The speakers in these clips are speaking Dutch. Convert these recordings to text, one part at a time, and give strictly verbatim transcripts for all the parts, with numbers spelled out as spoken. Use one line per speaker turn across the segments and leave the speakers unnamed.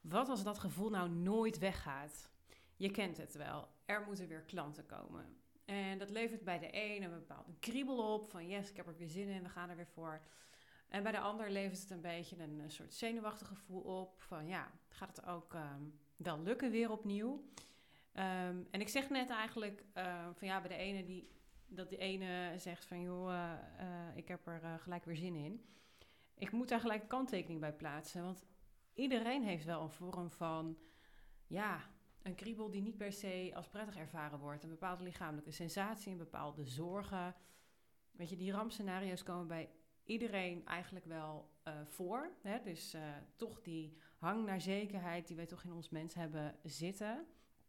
Wat als dat gevoel nou nooit weggaat? Je kent het wel. Er moeten weer klanten komen. En dat levert bij de een een bepaalde kriebel op. Van yes, ik heb er weer zin in, we gaan er weer voor. En bij de ander levert het een beetje een, een soort zenuwachtig gevoel op. Van ja, gaat het ook um, wel lukken weer opnieuw? Um, en ik zeg net eigenlijk uh, van ja, bij de ene die... dat de ene zegt van joh, uh, uh, ik heb er uh, gelijk weer zin in. Ik moet daar gelijk een kanttekening bij plaatsen. Want iedereen heeft wel een vorm van, ja, een kriebel die niet per se als prettig ervaren wordt. Een bepaalde lichamelijke sensatie, een bepaalde zorgen. Weet je, die rampscenario's komen bij iedereen eigenlijk wel uh, voor. Hè? Dus uh, toch die hang naar zekerheid die wij toch in ons mens hebben zitten.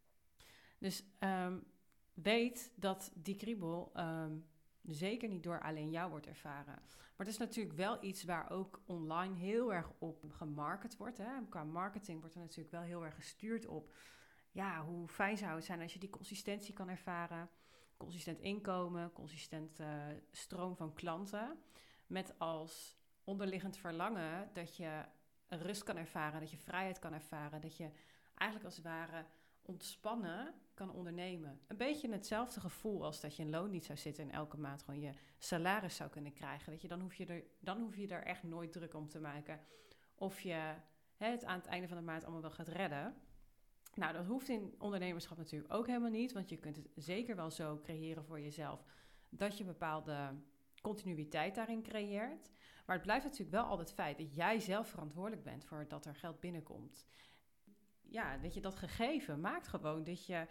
Dus um, weet dat die kriebel um, zeker niet door alleen jou wordt ervaren. Maar het is natuurlijk wel iets waar ook online heel erg op gemarket wordt. Hè? Qua marketing wordt er natuurlijk wel heel erg gestuurd op... ja, hoe fijn zou het zijn als je die consistentie kan ervaren. Consistent inkomen, consistent uh, stroom van klanten. Met als onderliggend verlangen dat je rust kan ervaren, dat je vrijheid kan ervaren. Dat je eigenlijk als het ware ontspannen kan ondernemen. Een beetje hetzelfde gevoel als dat je in loon niet zou zitten en elke maand gewoon je salaris zou kunnen krijgen. Weet je, dan hoef je er, dan hoef je er echt nooit druk om te maken of je hè, het aan het einde van de maand allemaal wel gaat redden. Nou, dat hoeft in ondernemerschap natuurlijk ook helemaal niet, want je kunt het zeker wel zo creëren voor jezelf dat je bepaalde continuïteit daarin creëert. Maar het blijft natuurlijk wel altijd het feit dat jij zelf verantwoordelijk bent voor dat er geld binnenkomt. Ja, weet je, dat gegeven maakt gewoon dat je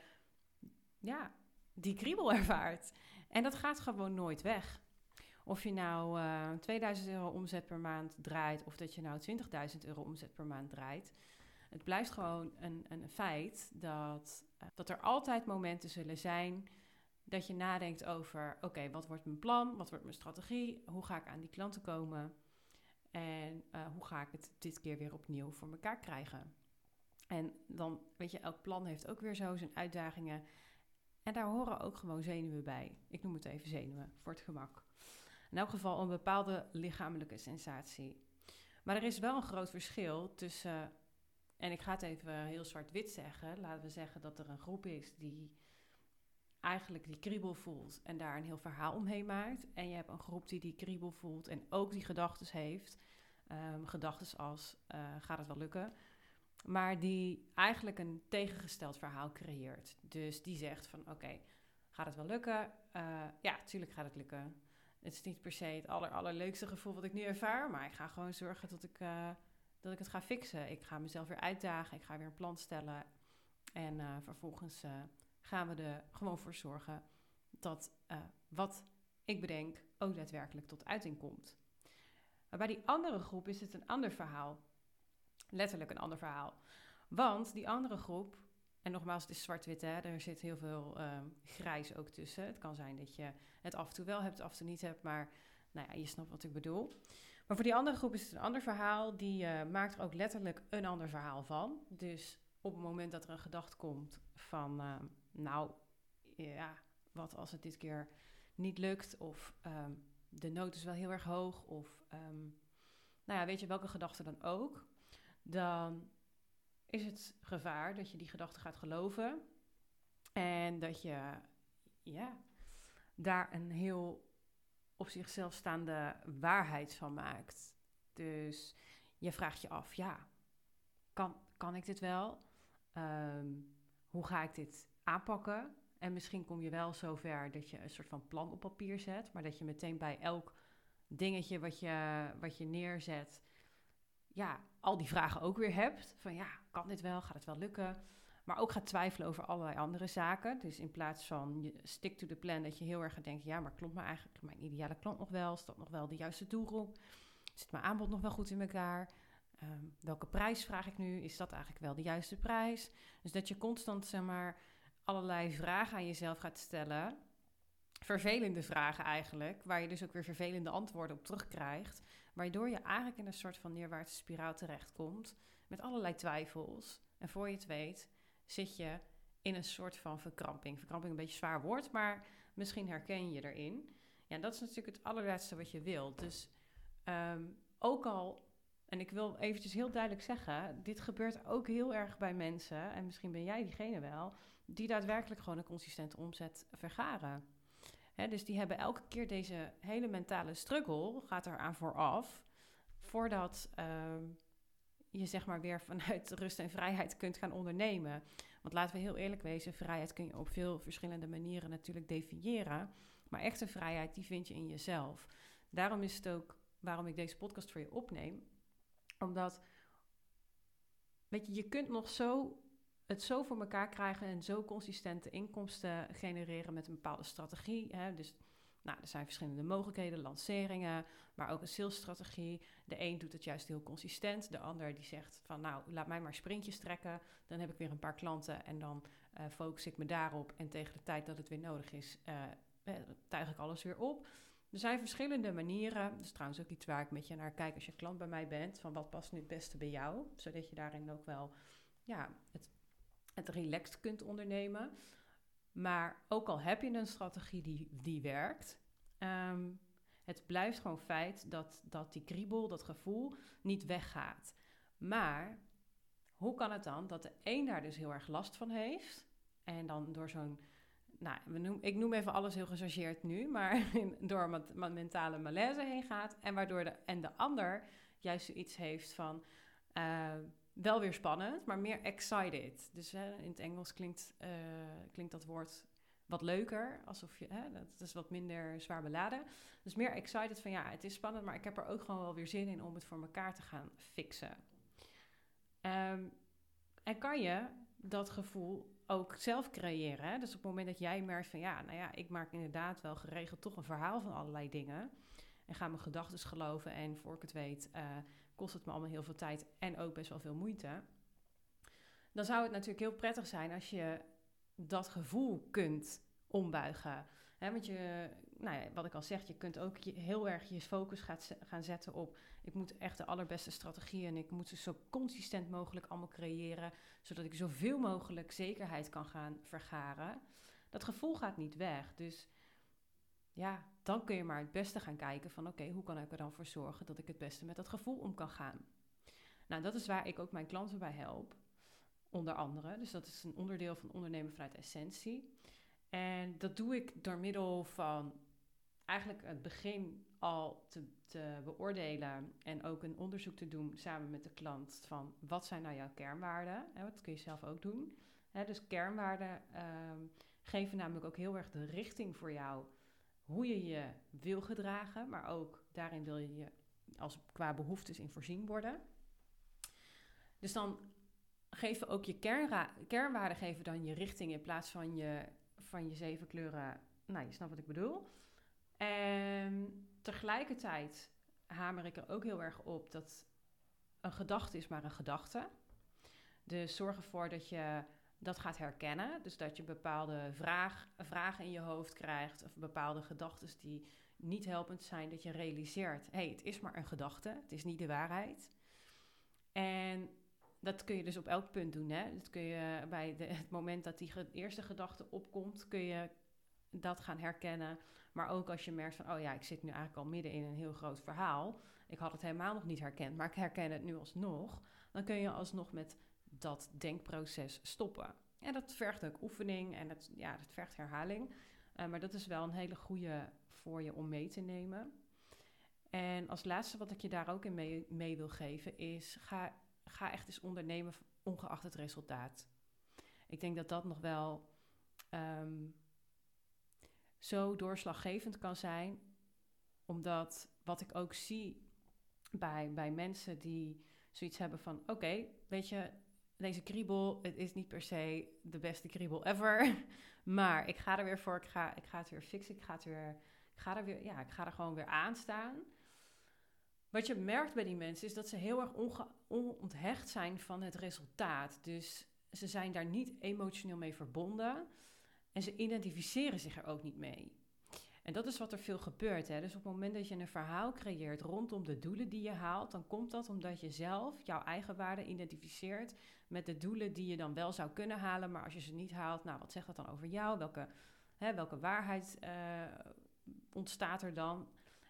ja, die kriebel ervaart. En dat gaat gewoon nooit weg. Of je nou uh, tweeduizend euro omzet per maand draait of dat je nou twintigduizend euro omzet per maand draait. Het blijft gewoon een, een feit dat, uh, dat er altijd momenten zullen zijn dat je nadenkt over, oké, okay, wat wordt mijn plan? Wat wordt mijn strategie? Hoe ga ik aan die klanten komen? En uh, hoe ga ik het dit keer weer opnieuw voor elkaar krijgen? En dan, weet je, elk plan heeft ook weer zo zijn uitdagingen. En daar horen ook gewoon zenuwen bij. Ik noem het even zenuwen, voor het gemak. In elk geval een bepaalde lichamelijke sensatie. Maar er is wel een groot verschil tussen... En ik ga het even heel zwart-wit zeggen. Laten we zeggen dat er een groep is die eigenlijk die kriebel voelt en daar een heel verhaal omheen maakt. En je hebt een groep die die kriebel voelt en ook die gedachtes heeft. Um, gedachtes als, uh, gaat het wel lukken? Maar die eigenlijk een tegengesteld verhaal creëert. Dus die zegt van, oké, okay, gaat het wel lukken? Uh, ja, tuurlijk gaat het lukken. Het is niet per se het aller, allerleukste gevoel wat ik nu ervaar, maar ik ga gewoon zorgen dat ik... Uh, dat ik het ga fixen. Ik ga mezelf weer uitdagen. Ik ga weer een plan stellen. En uh, vervolgens uh, gaan we er gewoon voor zorgen dat uh, wat ik bedenk ook daadwerkelijk tot uiting komt. Maar bij die andere groep is het een ander verhaal. Letterlijk een ander verhaal. Want die andere groep, en nogmaals, het is zwart-wit, hè, er zit heel veel uh, grijs ook tussen. Het kan zijn dat je het af en toe wel hebt, af en toe niet hebt, maar nou ja, je snapt wat ik bedoel. Maar voor die andere groep is het een ander verhaal. Die uh, maakt er ook letterlijk een ander verhaal van. Dus op het moment dat er een gedachte komt van... Uh, nou, ja, wat als het dit keer niet lukt? Of um, de nood is wel heel erg hoog. Of, um, nou ja, weet je, welke gedachte dan ook. Dan is het gevaar dat je die gedachte gaat geloven. En dat je, ja, daar een heel... op zichzelf staande waarheid van maakt. Dus je vraagt je af, ja, kan, kan ik dit wel? Um, hoe ga ik dit aanpakken? En misschien kom je wel zover dat je een soort van plan op papier zet, maar dat je meteen bij elk dingetje wat je, wat je neerzet, ja, al die vragen ook weer hebt. Van ja, kan dit wel? Gaat het wel lukken? Maar ook gaat twijfelen over allerlei andere zaken. Dus in plaats van je stick to the plan, dat je heel erg gaat denken... ja, maar klopt me eigenlijk mijn ideale klant nog wel? Is dat nog wel de juiste doelgroep? Zit mijn aanbod nog wel goed in elkaar? Um, welke prijs vraag ik nu? Is dat eigenlijk wel de juiste prijs? Dus dat je constant, zeg maar, allerlei vragen aan jezelf gaat stellen. Vervelende vragen eigenlijk, waar je dus ook weer vervelende antwoorden op terugkrijgt. Waardoor je eigenlijk in een soort van neerwaartse spiraal terechtkomt met allerlei twijfels. En voor je het weet zit je in een soort van verkramping. Verkramping een beetje een zwaar woord, maar misschien herken je erin. Ja, dat is natuurlijk het allerlaatste wat je wilt. Dus um, ook al En ik wil eventjes heel duidelijk zeggen, dit gebeurt ook heel erg bij mensen, en misschien ben jij diegene wel, die daadwerkelijk gewoon een consistente omzet vergaren. Hè, dus die hebben elke keer deze hele mentale struggle, gaat eraan vooraf, voordat uh, je zeg maar weer vanuit rust en vrijheid kunt gaan ondernemen. Want laten we heel eerlijk wezen, vrijheid kun je op veel verschillende manieren natuurlijk definiëren. Maar echte vrijheid, die vind je in jezelf. Daarom is het ook waarom ik deze podcast voor je opneem. Omdat, weet je, je kunt nog zo het zo voor elkaar krijgen en zo consistente inkomsten genereren met een bepaalde strategie. Hè? Dus nou, er zijn verschillende mogelijkheden, lanceringen, maar ook een salesstrategie. De een doet het juist heel consistent. De ander die zegt van nou, laat mij maar sprintjes trekken. Dan heb ik weer een paar klanten en dan uh, focus ik me daarop. En tegen de tijd dat het weer nodig is, uh, uh, tuig ik alles weer op. Er zijn verschillende manieren. Dat is trouwens ook iets waar ik met je naar kijk als je klant bij mij bent. Van wat past nu het beste bij jou? Zodat je daarin ook wel ja, het, het relaxed kunt ondernemen. Maar ook al heb je een strategie die, die werkt, um, het blijft gewoon feit dat, dat die kriebel, dat gevoel, niet weggaat. Maar hoe kan het dan dat de een daar dus heel erg last van heeft en dan door zo'n, nou, we noem, ik noem even alles heel gechargeerd nu, maar door een ma- mentale malaise heen gaat en waardoor de, en de ander juist zoiets heeft van Uh, wel weer spannend, maar meer excited. Dus hè, in het Engels klinkt, uh, klinkt dat woord wat leuker. Alsof je, hè, dat is wat minder zwaar beladen. Dus meer excited van ja, het is spannend, maar ik heb er ook gewoon wel weer zin in om het voor elkaar te gaan fixen. Um, en kan je dat gevoel ook zelf creëren. Hè? Dus op het moment dat jij merkt van ja, nou ja, ik maak inderdaad wel geregeld toch een verhaal van allerlei dingen. En ga mijn gedachten geloven en voor ik het weet uh, kost het me allemaal heel veel tijd en ook best wel veel moeite. Dan zou het natuurlijk heel prettig zijn als je dat gevoel kunt ombuigen. He, want je, nou ja, wat ik al zeg, je kunt ook je, heel erg je focus gaat, gaan zetten op ik moet echt de allerbeste strategieën en ik moet ze zo consistent mogelijk allemaal creëren, zodat ik zoveel mogelijk zekerheid kan gaan vergaren. Dat gevoel gaat niet weg. Dus ja, dan kun je maar het beste gaan kijken van oké, okay, hoe kan ik er dan voor zorgen dat ik het beste met dat gevoel om kan gaan. Nou, dat is waar ik ook mijn klanten bij help, onder andere. Dus dat is een onderdeel van ondernemen vanuit essentie. En dat doe ik door middel van eigenlijk het begin al te, te beoordelen en ook een onderzoek te doen samen met de klant van wat zijn nou jouw kernwaarden? En dat kun je zelf ook doen. He, dus kernwaarden um, geven namelijk ook heel erg de richting voor jou hoe je je wil gedragen, maar ook daarin wil je je als qua behoeftes in voorzien worden. Dus dan geven ook je kernra- kernwaarden geven dan je richting in plaats van je, van je zeven kleuren. Nou, je snapt wat ik bedoel. En tegelijkertijd hamer ik er ook heel erg op dat een gedachte is maar een gedachte. Dus zorg ervoor dat je dat gaat herkennen. Dus dat je bepaalde vraag, vragen in je hoofd krijgt of bepaalde gedachten die niet helpend zijn, dat je realiseert, hé, hey, het is maar een gedachte, het is niet de waarheid. En dat kun je dus op elk punt doen. Hè? Dat kun je bij de, het moment dat die ge- eerste gedachte opkomt, kun je dat gaan herkennen. Maar ook als je merkt van, oh ja, ik zit nu eigenlijk al midden in een heel groot verhaal. Ik had het helemaal nog niet herkend, maar ik herken het nu alsnog. Dan kun je alsnog met dat denkproces stoppen. En dat vergt ook oefening en dat, ja, dat vergt herhaling. Uh, maar dat is wel een hele goede voor je om mee te nemen. En als laatste wat ik je daar ook in mee, mee wil geven is, ga, ga echt eens ondernemen ongeacht het resultaat. Ik denk dat dat nog wel um, zo doorslaggevend kan zijn. Omdat wat ik ook zie bij, bij mensen die zoiets hebben van, oké, okay, weet je, deze kriebel, het is niet per se de beste kriebel ever. Maar ik ga er weer voor, ik ga, ik ga het weer fixen, ik ga, het weer, ik, ga er weer, ja, ik ga er gewoon weer aan staan. Wat je merkt bij die mensen is dat ze heel erg onge- ononthecht zijn van het resultaat. Dus ze zijn daar niet emotioneel mee verbonden en ze identificeren zich er ook niet mee. En dat is wat er veel gebeurt. Hè? Dus op het moment dat je een verhaal creëert rondom de doelen die je haalt, dan komt dat omdat je zelf jouw eigen waarde identificeert met de doelen die je dan wel zou kunnen halen. Maar als je ze niet haalt, nou, wat zegt dat dan over jou? Welke, hè, welke waarheid uh, ontstaat er dan?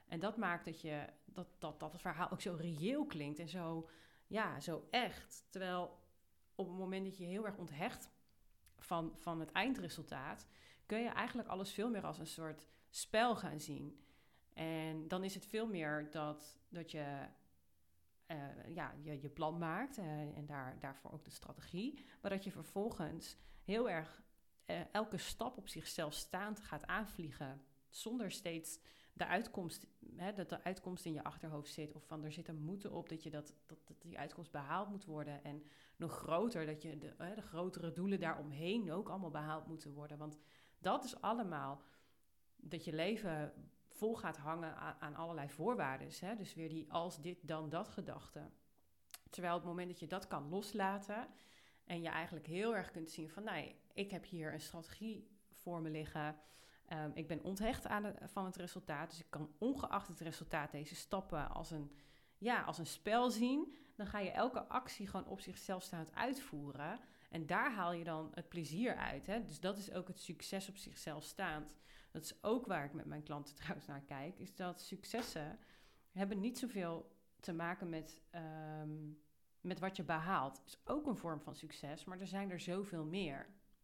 En dat maakt dat, je, dat, dat, dat het verhaal ook zo reëel klinkt en zo, ja, zo echt. Terwijl op het moment dat je heel erg onthecht van, van het eindresultaat, kun je eigenlijk alles veel meer als een soort spel gaan zien. En dan is het veel meer dat, dat je, uh, ja, je je plan maakt uh, en daar, daarvoor ook de strategie. Maar dat je vervolgens heel erg uh, elke stap op zichzelf staand gaat aanvliegen. Zonder steeds de uitkomst, hè, dat de uitkomst in je achterhoofd zit. Of van er zit een moeten op dat, je dat, dat, dat die uitkomst behaald moet worden. En nog groter, dat je de, uh, de grotere doelen daaromheen ook allemaal behaald moeten worden. Want dat is allemaal dat je leven vol gaat hangen aan, aan allerlei voorwaarden. Hè? Dus weer die als dit, dan dat gedachte. Terwijl op het moment dat je dat kan loslaten en je eigenlijk heel erg kunt zien van, nee, ik heb hier een strategie voor me liggen. Um, ik ben onthecht aan de, van het resultaat. Dus ik kan ongeacht het resultaat deze stappen als een, ja, als een spel zien. Dan ga je elke actie gewoon op zichzelf staand uitvoeren. En daar haal je dan het plezier uit. Hè? Dus dat is ook het succes op zichzelf staand. Dat is ook waar ik met mijn klanten trouwens naar kijk. Is dat successen hebben niet zoveel te maken met, um, met wat je behaalt. Het is ook een vorm van succes, maar er zijn er zoveel meer.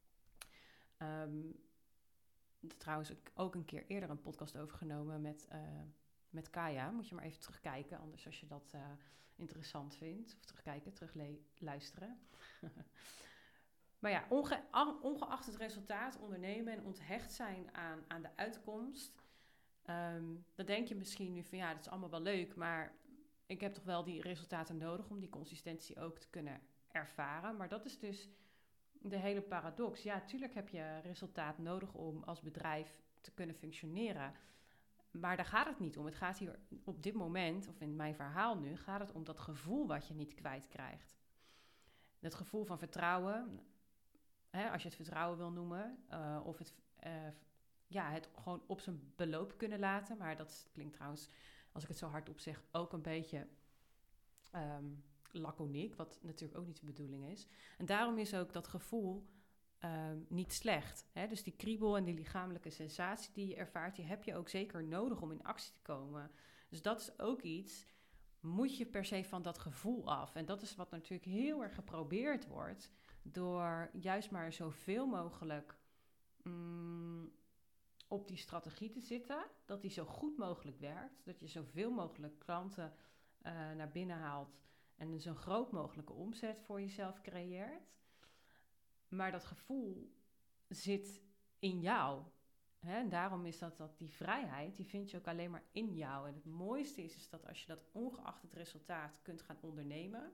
Um, trouwens ook een keer eerder een podcast overgenomen met, uh, met Kaya. Moet je maar even terugkijken, anders als je dat uh, interessant vindt. Of terugkijken, terugluisteren. Maar ja, onge- ongeacht het resultaat ondernemen en onthecht zijn aan, aan de uitkomst. Um, dan denk je misschien nu van ja, dat is allemaal wel leuk, maar ik heb toch wel die resultaten nodig om die consistentie ook te kunnen ervaren. Maar dat is dus de hele paradox. Ja, tuurlijk heb je resultaat nodig om als bedrijf te kunnen functioneren. Maar daar gaat het niet om. Het gaat hier op dit moment, of in mijn verhaal nu, gaat het om dat gevoel wat je niet kwijtkrijgt. Het gevoel van vertrouwen, hè, als je het vertrouwen wil noemen, uh, of het, uh, ja, het gewoon op zijn beloop kunnen laten. Maar dat klinkt trouwens, als ik het zo hardop zeg, ook een beetje um, laconiek, wat natuurlijk ook niet de bedoeling is. En daarom is ook dat gevoel um, niet slecht. Hè? Dus die kriebel en die lichamelijke sensatie die je ervaart, die heb je ook zeker nodig om in actie te komen. Dus dat is ook iets, moet je per se van dat gevoel af. En dat is wat natuurlijk heel erg geprobeerd wordt, door juist maar zoveel mogelijk mm, op die strategie te zitten, dat die zo goed mogelijk werkt, dat je zoveel mogelijk klanten uh, naar binnen haalt en zo'n groot mogelijke omzet voor jezelf creëert. Maar dat gevoel zit in jou. Hè? En daarom is dat, dat die vrijheid, die vind je ook alleen maar in jou. En het mooiste is, is dat als je dat ongeacht het resultaat kunt gaan ondernemen,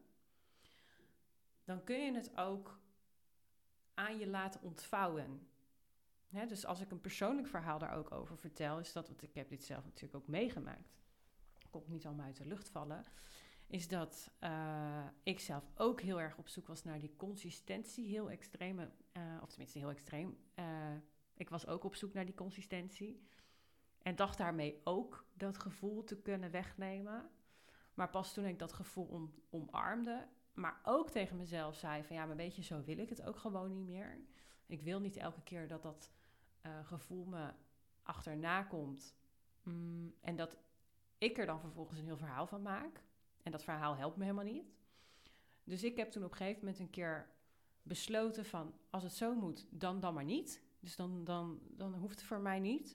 dan kun je het ook aan je laten ontvouwen. Hè? Dus als ik een persoonlijk verhaal daar ook over vertel, is dat, want ik heb dit zelf natuurlijk ook meegemaakt, komt niet allemaal uit de lucht vallen, is dat uh, ik zelf ook heel erg op zoek was naar die consistentie, heel extreme, uh, of tenminste heel extreem. Uh, ik was ook op zoek naar die consistentie en dacht daarmee ook dat gevoel te kunnen wegnemen. Maar pas toen ik dat gevoel om, omarmde, maar ook tegen mezelf zei van ja, maar weet je, zo wil ik het ook gewoon niet meer. Ik wil niet elke keer dat dat uh, gevoel me achterna komt mm, en dat ik er dan vervolgens een heel verhaal van maak. En dat verhaal helpt me helemaal niet. Dus ik heb toen op een gegeven moment een keer besloten van, als het zo moet, dan dan maar niet. Dus dan, dan, dan hoeft het voor mij niet.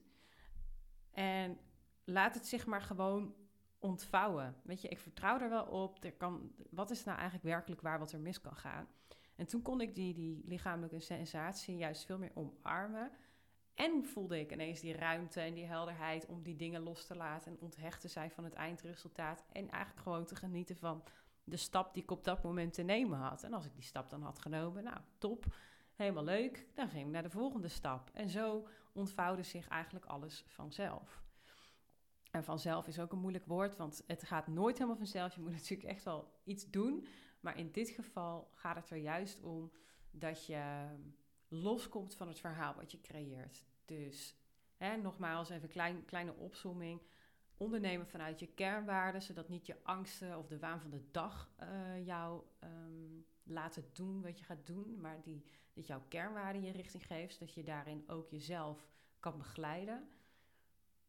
En laat het zich maar gewoon ontvouwen. Weet je, ik vertrouw er wel op. Er kan, wat is nou eigenlijk werkelijk waar wat er mis kan gaan? En toen kon ik die, die lichamelijke sensatie juist veel meer omarmen. En voelde ik ineens die ruimte en die helderheid om die dingen los te laten en onthecht te zijn van het eindresultaat. En eigenlijk gewoon te genieten van de stap die ik op dat moment te nemen had. En als ik die stap dan had genomen, nou top, helemaal leuk. Dan ging ik naar de volgende stap. En zo ontvouwde zich eigenlijk alles vanzelf. En vanzelf is ook een moeilijk woord, want het gaat nooit helemaal vanzelf. Je moet natuurlijk echt wel iets doen. Maar in dit geval gaat het er juist om dat je loskomt van het verhaal wat je creëert. Dus hè, nogmaals even een klein, kleine opsomming. Ondernemen vanuit je kernwaarden, zodat niet je angsten of de waan van de dag uh, jou um, laten doen wat je gaat doen. Maar die, dat jouw kernwaarden je richting geeft, zodat je daarin ook jezelf kan begeleiden.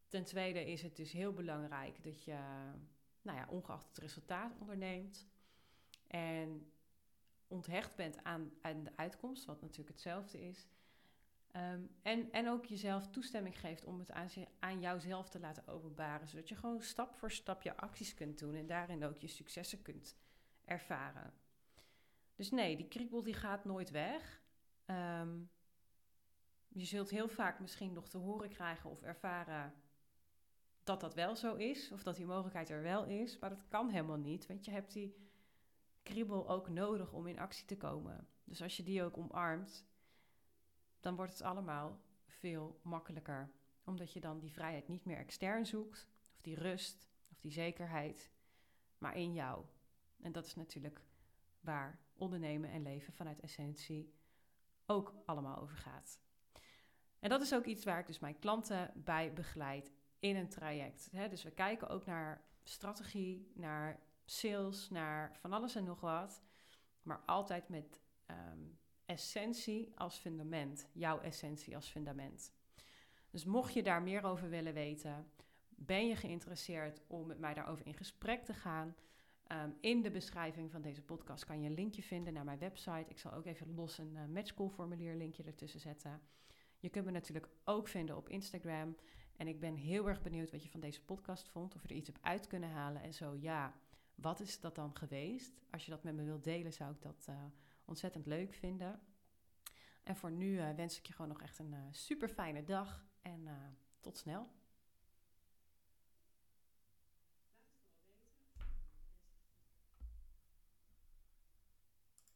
Ten tweede is het dus heel belangrijk dat je, nou ja, ongeacht het resultaat onderneemt. En onthecht bent aan, aan de uitkomst, wat natuurlijk hetzelfde is. Um, en, en ook jezelf toestemming geeft om het aan, aan jouzelf te laten openbaren. Zodat je gewoon stap voor stap je acties kunt doen en daarin ook je successen kunt ervaren. Dus nee, die kriebel die gaat nooit weg. Um, je zult heel vaak misschien nog te horen krijgen of ervaren dat dat wel zo is. Of dat die mogelijkheid er wel is. Maar dat kan helemaal niet, want je hebt die kriebel ook nodig om in actie te komen. Dus als je die ook omarmt, dan wordt het allemaal veel makkelijker. Omdat je dan die vrijheid niet meer extern zoekt, of die rust, of die zekerheid, maar in jou. En dat is natuurlijk waar ondernemen en leven vanuit essentie ook allemaal over gaat. En dat is ook iets waar ik dus mijn klanten bij begeleid in een traject. Hè? Dus we kijken ook naar strategie, naar sales, naar van alles en nog wat. Maar altijd met um, essentie als fundament. Jouw essentie als fundament. Dus mocht je daar meer over willen weten, ben je geïnteresseerd om met mij daarover in gesprek te gaan. Um, in de beschrijving van deze podcast kan je een linkje vinden naar mijn website. Ik zal ook even los een uh, matchcall formulier linkje ertussen zetten. Je kunt me natuurlijk ook vinden op Instagram. En ik ben heel erg benieuwd wat je van deze podcast vond. Of je er iets hebt uit kunnen halen. En zo ja, wat is dat dan geweest? Als je dat met me wilt delen, zou ik dat uh, ontzettend leuk vinden. En voor nu uh, wens ik je gewoon nog echt een uh, super fijne dag. En uh, tot snel.